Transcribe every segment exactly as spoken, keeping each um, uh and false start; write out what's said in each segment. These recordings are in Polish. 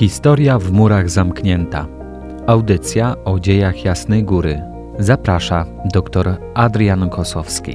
Historia w murach zamknięta. Audycja o dziejach Jasnej Góry. Zaprasza dr Adrian Kosowski.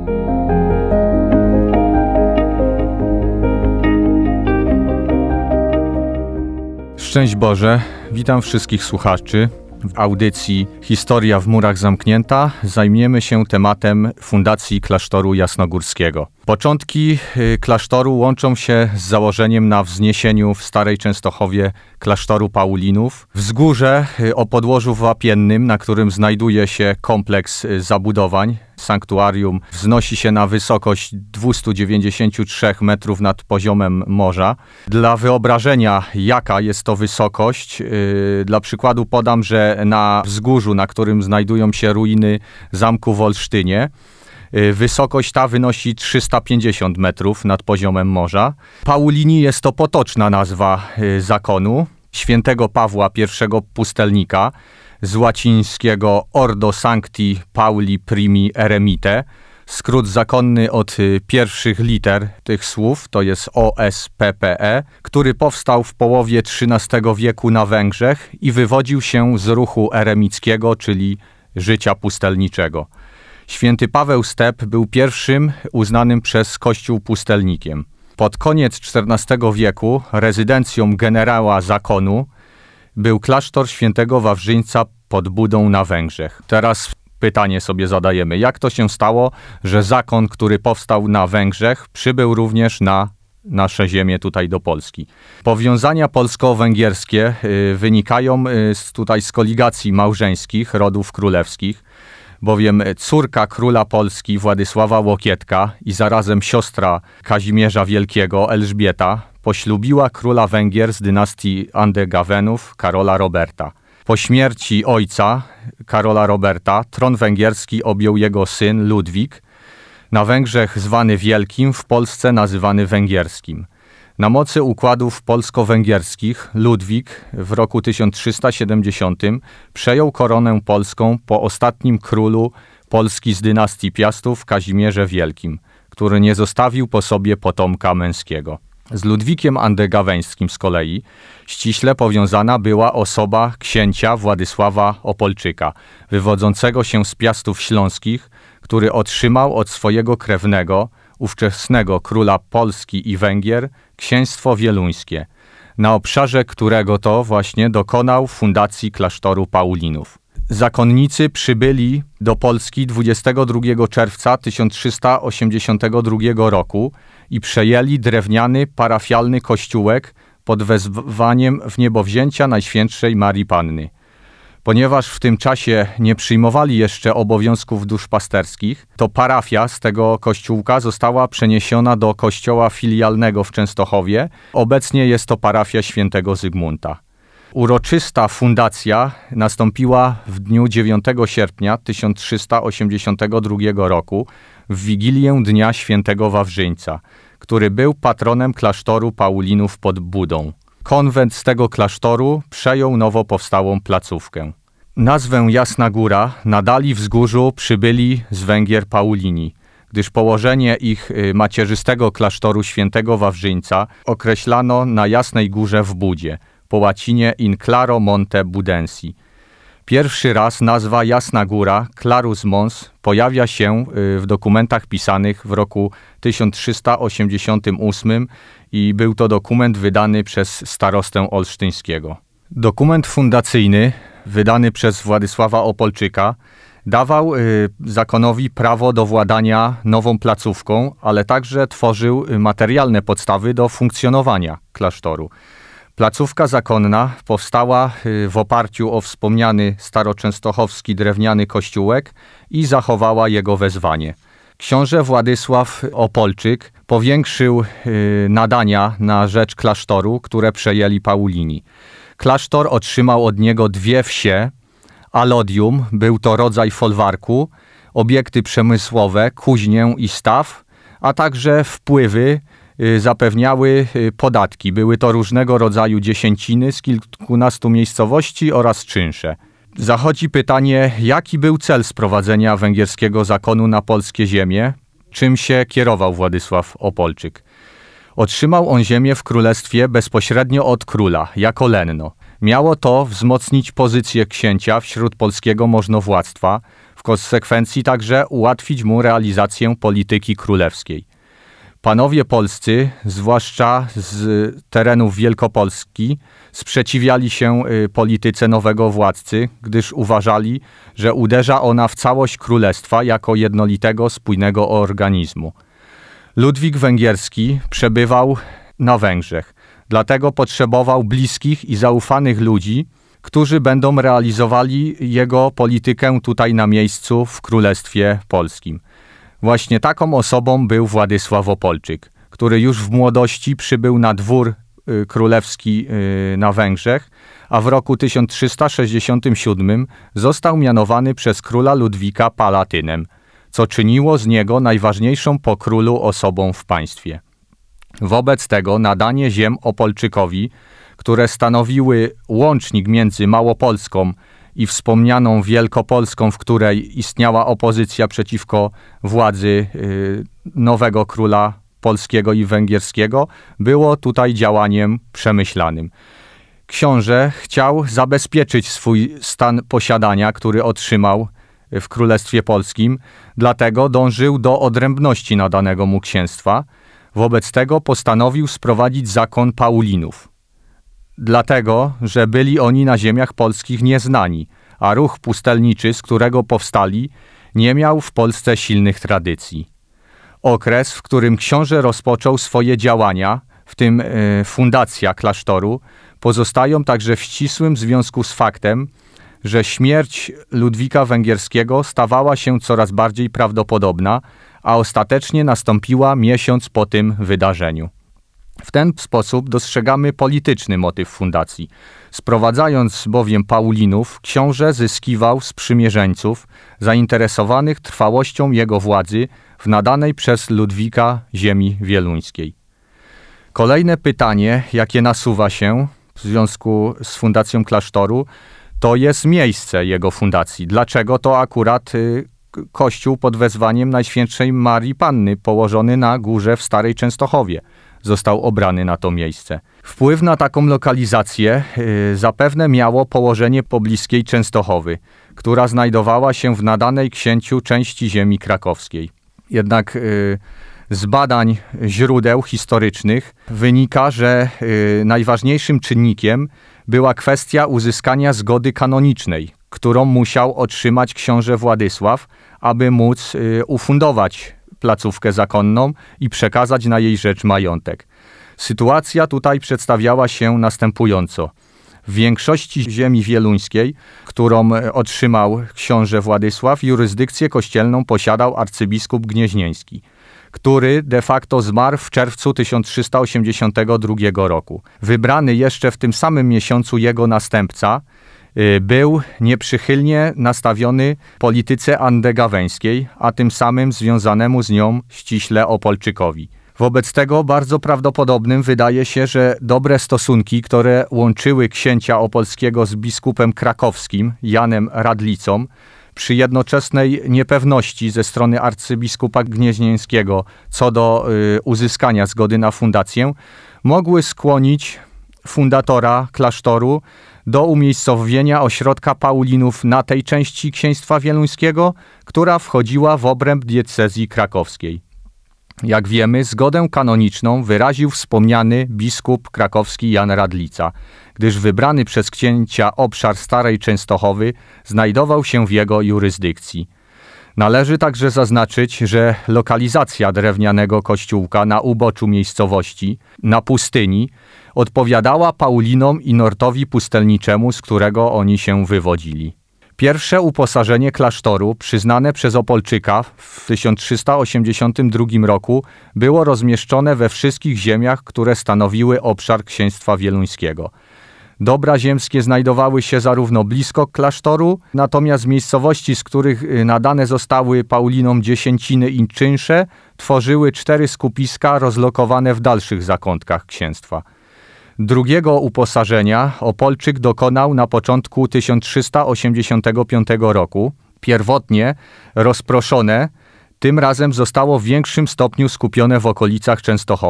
Szczęść Boże, witam wszystkich słuchaczy. W audycji Historia w murach zamknięta zajmiemy się tematem fundacji klasztoru jasnogórskiego. Początki klasztoru łączą się z założeniem na wzniesieniu w Starej Częstochowie klasztoru Paulinów. Wzgórze o podłożu wapiennym, na którym znajduje się kompleks zabudowań, sanktuarium, wznosi się na wysokość dwieście dziewięćdziesiąt trzy metrów nad poziomem morza. Dla wyobrażenia, jaka jest to wysokość, yy, dla przykładu podam, że na wzgórzu, na którym znajdują się ruiny zamku w Olsztynie, wysokość ta wynosi trzysta pięćdziesiąt metrów nad poziomem morza. Paulini jest to potoczna nazwa zakonu świętego Pawła I Pustelnika, z łacińskiego Ordo Sancti Pauli Primi Eremite. Skrót zakonny od pierwszych liter tych słów, to jest O S P P E, który powstał w połowie trzynastego wieku na Węgrzech i wywodził się z ruchu eremickiego, czyli życia pustelniczego. Święty Paweł Step był pierwszym uznanym przez Kościół pustelnikiem. Pod koniec czternastego wieku rezydencją generała zakonu był klasztor świętego Wawrzyńca pod Budą na Węgrzech. Teraz pytanie sobie zadajemy, jak to się stało, że zakon, który powstał na Węgrzech, przybył również na nasze ziemię tutaj do Polski. Powiązania polsko-węgierskie y, wynikają y, z, tutaj z koligacji małżeńskich rodów królewskich, bowiem córka króla Polski Władysława Łokietka i zarazem siostra Kazimierza Wielkiego Elżbieta poślubiła króla Węgier z dynastii Andegawenów Karola Roberta. Po śmierci ojca Karola Roberta tron węgierski objął jego syn Ludwik, na Węgrzech zwany Wielkim, w Polsce nazywany Węgierskim. Na mocy układów polsko-węgierskich Ludwik w roku tysiąc trzysta siedemdziesiątym przejął koronę polską po ostatnim królu Polski z dynastii Piastów Kazimierze Wielkim, który nie zostawił po sobie potomka męskiego. Z Ludwikiem Andegaweńskim z kolei ściśle powiązana była osoba księcia Władysława Opolczyka, wywodzącego się z Piastów Śląskich, który otrzymał od swojego krewnego, ówczesnego króla Polski i Węgier, księstwo wieluńskie, na obszarze którego to właśnie dokonał fundacji klasztoru Paulinów. Zakonnicy przybyli do Polski dwudziestego drugiego czerwca tysiąc trzysta osiemdziesiątego drugiego roku i przejęli drewniany parafialny kościółek pod wezwaniem wniebowzięcia Najświętszej Marii Panny. Ponieważ w tym czasie nie przyjmowali jeszcze obowiązków duszpasterskich, to parafia z tego kościółka została przeniesiona do kościoła filialnego w Częstochowie. Obecnie jest to parafia świętego Zygmunta. Uroczysta fundacja nastąpiła w dniu dziewiątego sierpnia tysiąc trzysta osiemdziesiątego drugiego roku w Wigilię Dnia Świętego Wawrzyńca, który był patronem klasztoru Paulinów pod Budą. Konwent z tego klasztoru przejął nowo powstałą placówkę. Nazwę Jasna Góra nadali wzgórzu przybyli z Węgier Paulini, gdyż położenie ich macierzystego klasztoru świętego Wawrzyńca określano na Jasnej Górze w Budzie, po łacinie in claro monte budensi. Pierwszy raz nazwa Jasna Góra, Clarus Mons, pojawia się w dokumentach pisanych w roku tysiąc trzysta osiemdziesiątym ósmym i był to dokument wydany przez starostę olsztyńskiego. Dokument fundacyjny, wydany przez Władysława Opolczyka, dawał y, zakonowi prawo do władania nową placówką, ale także tworzył materialne podstawy do funkcjonowania klasztoru. Placówka zakonna powstała w oparciu o wspomniany staroczęstochowski drewniany kościółek i zachowała jego wezwanie. Książę Władysław Opolczyk powiększył nadania na rzecz klasztoru, które przejęli Paulini. Klasztor otrzymał od niego dwie wsie, allodium, był to rodzaj folwarku, obiekty przemysłowe, kuźnię i staw, a także wpływy zapewniały podatki. Były to różnego rodzaju dziesięciny z kilkunastu miejscowości oraz czynsze. Zachodzi pytanie, jaki był cel sprowadzenia węgierskiego zakonu na polskie ziemie? Czym się kierował Władysław Opolczyk? Otrzymał on ziemię w królestwie bezpośrednio od króla, jako lenno. Miało to wzmocnić pozycję księcia wśród polskiego możnowładztwa, w konsekwencji także ułatwić mu realizację polityki królewskiej. Panowie polscy, zwłaszcza z terenów Wielkopolski, sprzeciwiali się polityce nowego władcy, gdyż uważali, że uderza ona w całość królestwa jako jednolitego, spójnego organizmu. Ludwik Węgierski przebywał na Węgrzech, dlatego potrzebował bliskich i zaufanych ludzi, którzy będą realizowali jego politykę tutaj na miejscu w Królestwie Polskim. Właśnie taką osobą był Władysław Opolczyk, który już w młodości przybył na dwór y, królewski y, na Węgrzech, a w roku tysiąc trzysta sześćdziesiątym siódmym został mianowany przez króla Ludwika palatynem, co czyniło z niego najważniejszą po królu osobą w państwie. Wobec tego nadanie ziem Opolczykowi, które stanowiły łącznik między Małopolską i wspomnianą Wielkopolską, w której istniała opozycja przeciwko władzy y, nowego króla polskiego i węgierskiego, było tutaj działaniem przemyślanym. Książę chciał zabezpieczyć swój stan posiadania, który otrzymał w Królestwie Polskim, dlatego dążył do odrębności nadanego mu księstwa. Wobec tego postanowił sprowadzić zakon Paulinów. Dlatego, że byli oni na ziemiach polskich nieznani, a ruch pustelniczy, z którego powstali, nie miał w Polsce silnych tradycji. Okres, w którym książę rozpoczął swoje działania, w tym y, fundacja klasztoru, pozostają także w ścisłym związku z faktem, że śmierć Ludwika Węgierskiego stawała się coraz bardziej prawdopodobna, a ostatecznie nastąpiła miesiąc po tym wydarzeniu. W ten sposób dostrzegamy polityczny motyw fundacji. Sprowadzając bowiem Paulinów, książę zyskiwał sprzymierzeńców zainteresowanych trwałością jego władzy w nadanej przez Ludwika ziemi wieluńskiej. Kolejne pytanie, jakie nasuwa się w związku z fundacją klasztoru, to jest miejsce jego fundacji. Dlaczego to akurat y, kościół pod wezwaniem Najświętszej Marii Panny położony na górze w Starej Częstochowie został obrany na to miejsce? Wpływ na taką lokalizację y, zapewne miało położenie pobliskiej Częstochowy, która znajdowała się w nadanej księciu części ziemi krakowskiej. Jednak y, z badań źródeł historycznych wynika, że y, najważniejszym czynnikiem była kwestia uzyskania zgody kanonicznej, którą musiał otrzymać książę Władysław, aby móc y, ufundować placówkę zakonną i przekazać na jej rzecz majątek. Sytuacja tutaj przedstawiała się następująco. W większości ziemi wieluńskiej, którą otrzymał książę Władysław, jurysdykcję kościelną posiadał arcybiskup gnieźnieński, który de facto zmarł w czerwcu tysiąc trzysta osiemdziesiątego drugiego roku. Wybrany jeszcze w tym samym miesiącu jego następca y, był nieprzychylnie nastawiony polityce andegaweńskiej, a tym samym związanemu z nią ściśle Opolczykowi. Wobec tego bardzo prawdopodobnym wydaje się, że dobre stosunki, które łączyły księcia opolskiego z biskupem krakowskim, Janem Radlicą, przy jednoczesnej niepewności ze strony arcybiskupa gnieźnieńskiego co do y, uzyskania zgody na fundację, mogły skłonić fundatora klasztoru do umiejscowienia ośrodka Paulinów na tej części księstwa wieluńskiego, która wchodziła w obręb diecezji krakowskiej. Jak wiemy, zgodę kanoniczną wyraził wspomniany biskup krakowski Jan Radlica, gdyż wybrany przez księcia obszar Starej Częstochowy znajdował się w jego jurysdykcji. Należy także zaznaczyć, że lokalizacja drewnianego kościółka na uboczu miejscowości, na pustyni, odpowiadała Paulinom i nurtowi pustelniczemu, z którego oni się wywodzili. Pierwsze uposażenie klasztoru, przyznane przez Opolczyka w tysiąc trzysta osiemdziesiątym drugim roku, było rozmieszczone we wszystkich ziemiach, które stanowiły obszar księstwa wieluńskiego. Dobra ziemskie znajdowały się zarówno blisko klasztoru, natomiast miejscowości, z których nadane zostały Paulinom dziesięciny i czynsze, tworzyły cztery skupiska rozlokowane w dalszych zakątkach księstwa. Drugiego uposażenia Opolczyk dokonał na początku tysiąc trzysta osiemdziesiątego piątego roku. Pierwotnie rozproszone, tym razem zostało w większym stopniu skupione w okolicach Częstochowy.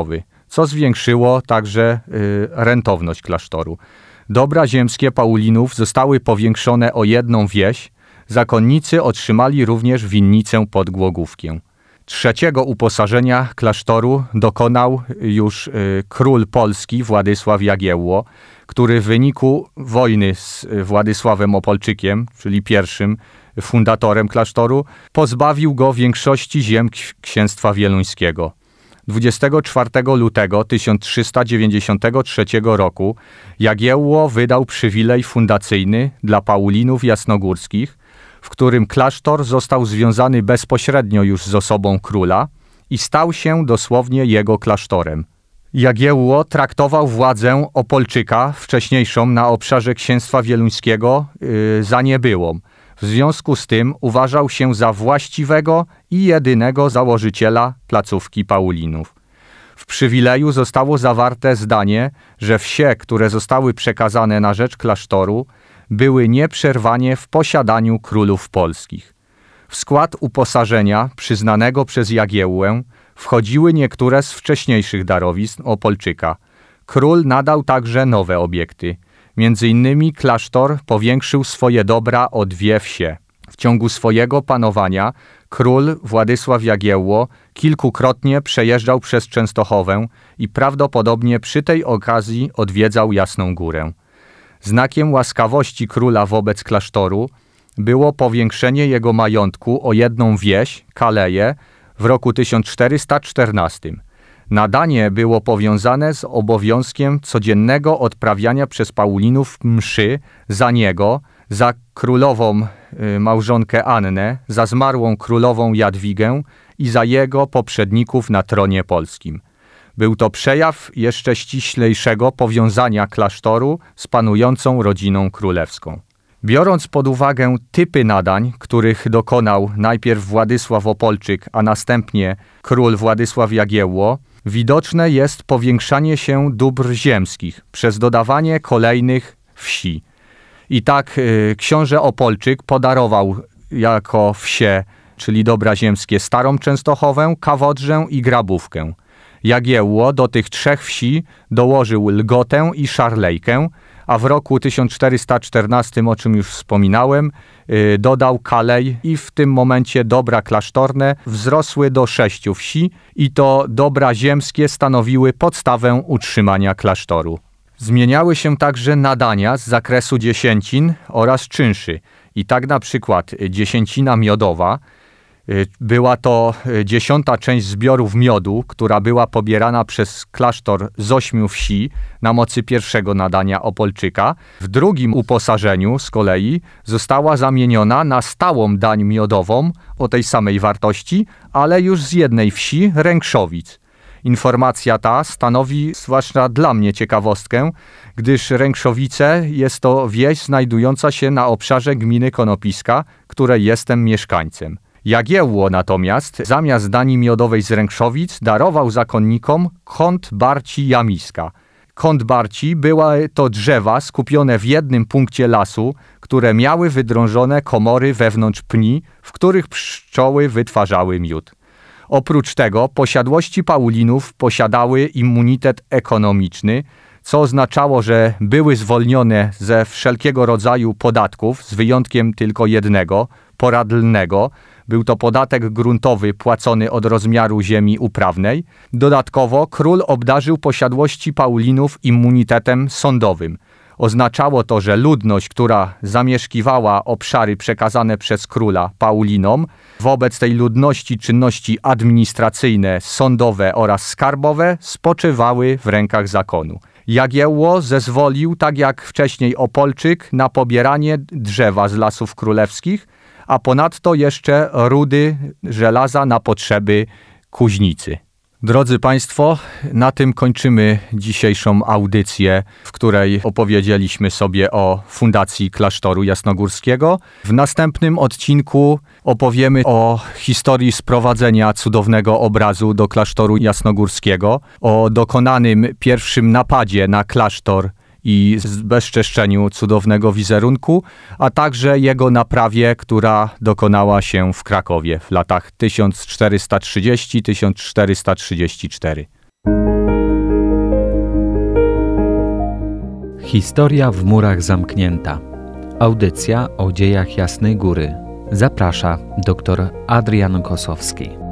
co zwiększyło także y, rentowność klasztoru. Dobra ziemskie Paulinów zostały powiększone o jedną wieś. Zakonnicy otrzymali również winnicę pod Głogówkę. Trzeciego uposażenia klasztoru dokonał już y, król Polski Władysław Jagiełło, który w wyniku wojny z Władysławem Opolczykiem, czyli pierwszym fundatorem klasztoru, pozbawił go większości ziem księstwa wieluńskiego. dwudziestego czwartego lutego tysiąc trzysta dziewięćdziesiątego trzeciego roku Jagiełło wydał przywilej fundacyjny dla Paulinów jasnogórskich, w którym klasztor został związany bezpośrednio już z osobą króla i stał się dosłownie jego klasztorem. Jagiełło traktował władzę Opolczyka, wcześniejszą na obszarze księstwa wieluńskiego, yy, za niebyłą. W związku z tym uważał się za właściwego i jedynego założyciela placówki Paulinów. W przywileju zostało zawarte zdanie, że wsie, które zostały przekazane na rzecz klasztoru, były nieprzerwanie w posiadaniu królów polskich. W skład uposażenia przyznanego przez Jagiełłę wchodziły niektóre z wcześniejszych darowizn Opolczyka. Król nadał także nowe obiekty. Między innymi klasztor powiększył swoje dobra o dwie wsie. W ciągu swojego panowania król Władysław Jagiełło kilkukrotnie przejeżdżał przez Częstochowę i prawdopodobnie przy tej okazji odwiedzał Jasną Górę. Znakiem łaskawości króla wobec klasztoru było powiększenie jego majątku o jedną wieś, Kaleję, w roku tysiąc czterysta czternastym. Nadanie było powiązane z obowiązkiem codziennego odprawiania przez Paulinów mszy za niego, za królową y, małżonkę Annę, za zmarłą królową Jadwigę i za jego poprzedników na tronie polskim. Był to przejaw jeszcze ściślejszego powiązania klasztoru z panującą rodziną królewską. Biorąc pod uwagę typy nadań, których dokonał najpierw Władysław Opolczyk, a następnie król Władysław Jagiełło, widoczne jest powiększanie się dóbr ziemskich przez dodawanie kolejnych wsi. I tak y, książę Opolczyk podarował jako wsie, czyli dobra ziemskie, Starą Częstochowę, Kawodrzę i Grabówkę. Jagiełło do tych trzech wsi dołożył Lgotę i Szarlejkę, a w roku tysiąc czterysta czternastym, o czym już wspominałem, yy, dodał Kalej i w tym momencie dobra klasztorne wzrosły do sześciu wsi i to dobra ziemskie stanowiły podstawę utrzymania klasztoru. Zmieniały się także nadania z zakresu dziesięcin oraz czynszy i tak na przykład dziesięcina miodowa, była to dziesiąta część zbiorów miodu, która była pobierana przez klasztor z ośmiu wsi na mocy pierwszego nadania Opolczyka. W drugim uposażeniu z kolei została zamieniona na stałą dań miodową o tej samej wartości, ale już z jednej wsi, Rększowic. Informacja ta stanowi zwłaszcza dla mnie ciekawostkę, gdyż Rększowice jest to wieś znajdująca się na obszarze gminy Konopiska, której jestem mieszkańcem. Jagiełło natomiast zamiast dani miodowej z Rększowic darował zakonnikom kąt Barci Jamiska. Kąt Barci były to drzewa skupione w jednym punkcie lasu, które miały wydrążone komory wewnątrz pni, w których pszczoły wytwarzały miód. Oprócz tego posiadłości Paulinów posiadały immunitet ekonomiczny, co oznaczało, że były zwolnione ze wszelkiego rodzaju podatków, z wyjątkiem tylko jednego, poradlnego. Był to podatek gruntowy płacony od rozmiaru ziemi uprawnej. Dodatkowo król obdarzył posiadłości Paulinów immunitetem sądowym. Oznaczało to, że ludność, która zamieszkiwała obszary przekazane przez króla Paulinom, wobec tej ludności czynności administracyjne, sądowe oraz skarbowe spoczywały w rękach zakonu. Jagiełło zezwolił, tak jak wcześniej Opolczyk, na pobieranie drzewa z lasów królewskich, a ponadto jeszcze rudy żelaza na potrzeby kuźnicy. Drodzy Państwo, na tym kończymy dzisiejszą audycję, w której opowiedzieliśmy sobie o fundacji klasztoru jasnogórskiego. W następnym odcinku opowiemy o historii sprowadzenia cudownego obrazu do klasztoru jasnogórskiego, o dokonanym pierwszym napadzie na klasztor i zbezczeszczeniu cudownego wizerunku, a także jego naprawie, która dokonała się w Krakowie w latach tysiąc czterysta trzydziesty do tysiąc czterysta trzydziestego czwartego. Historia w murach zamknięta. Audycja o dziejach Jasnej Góry. Zaprasza dr Adrian Kosowski.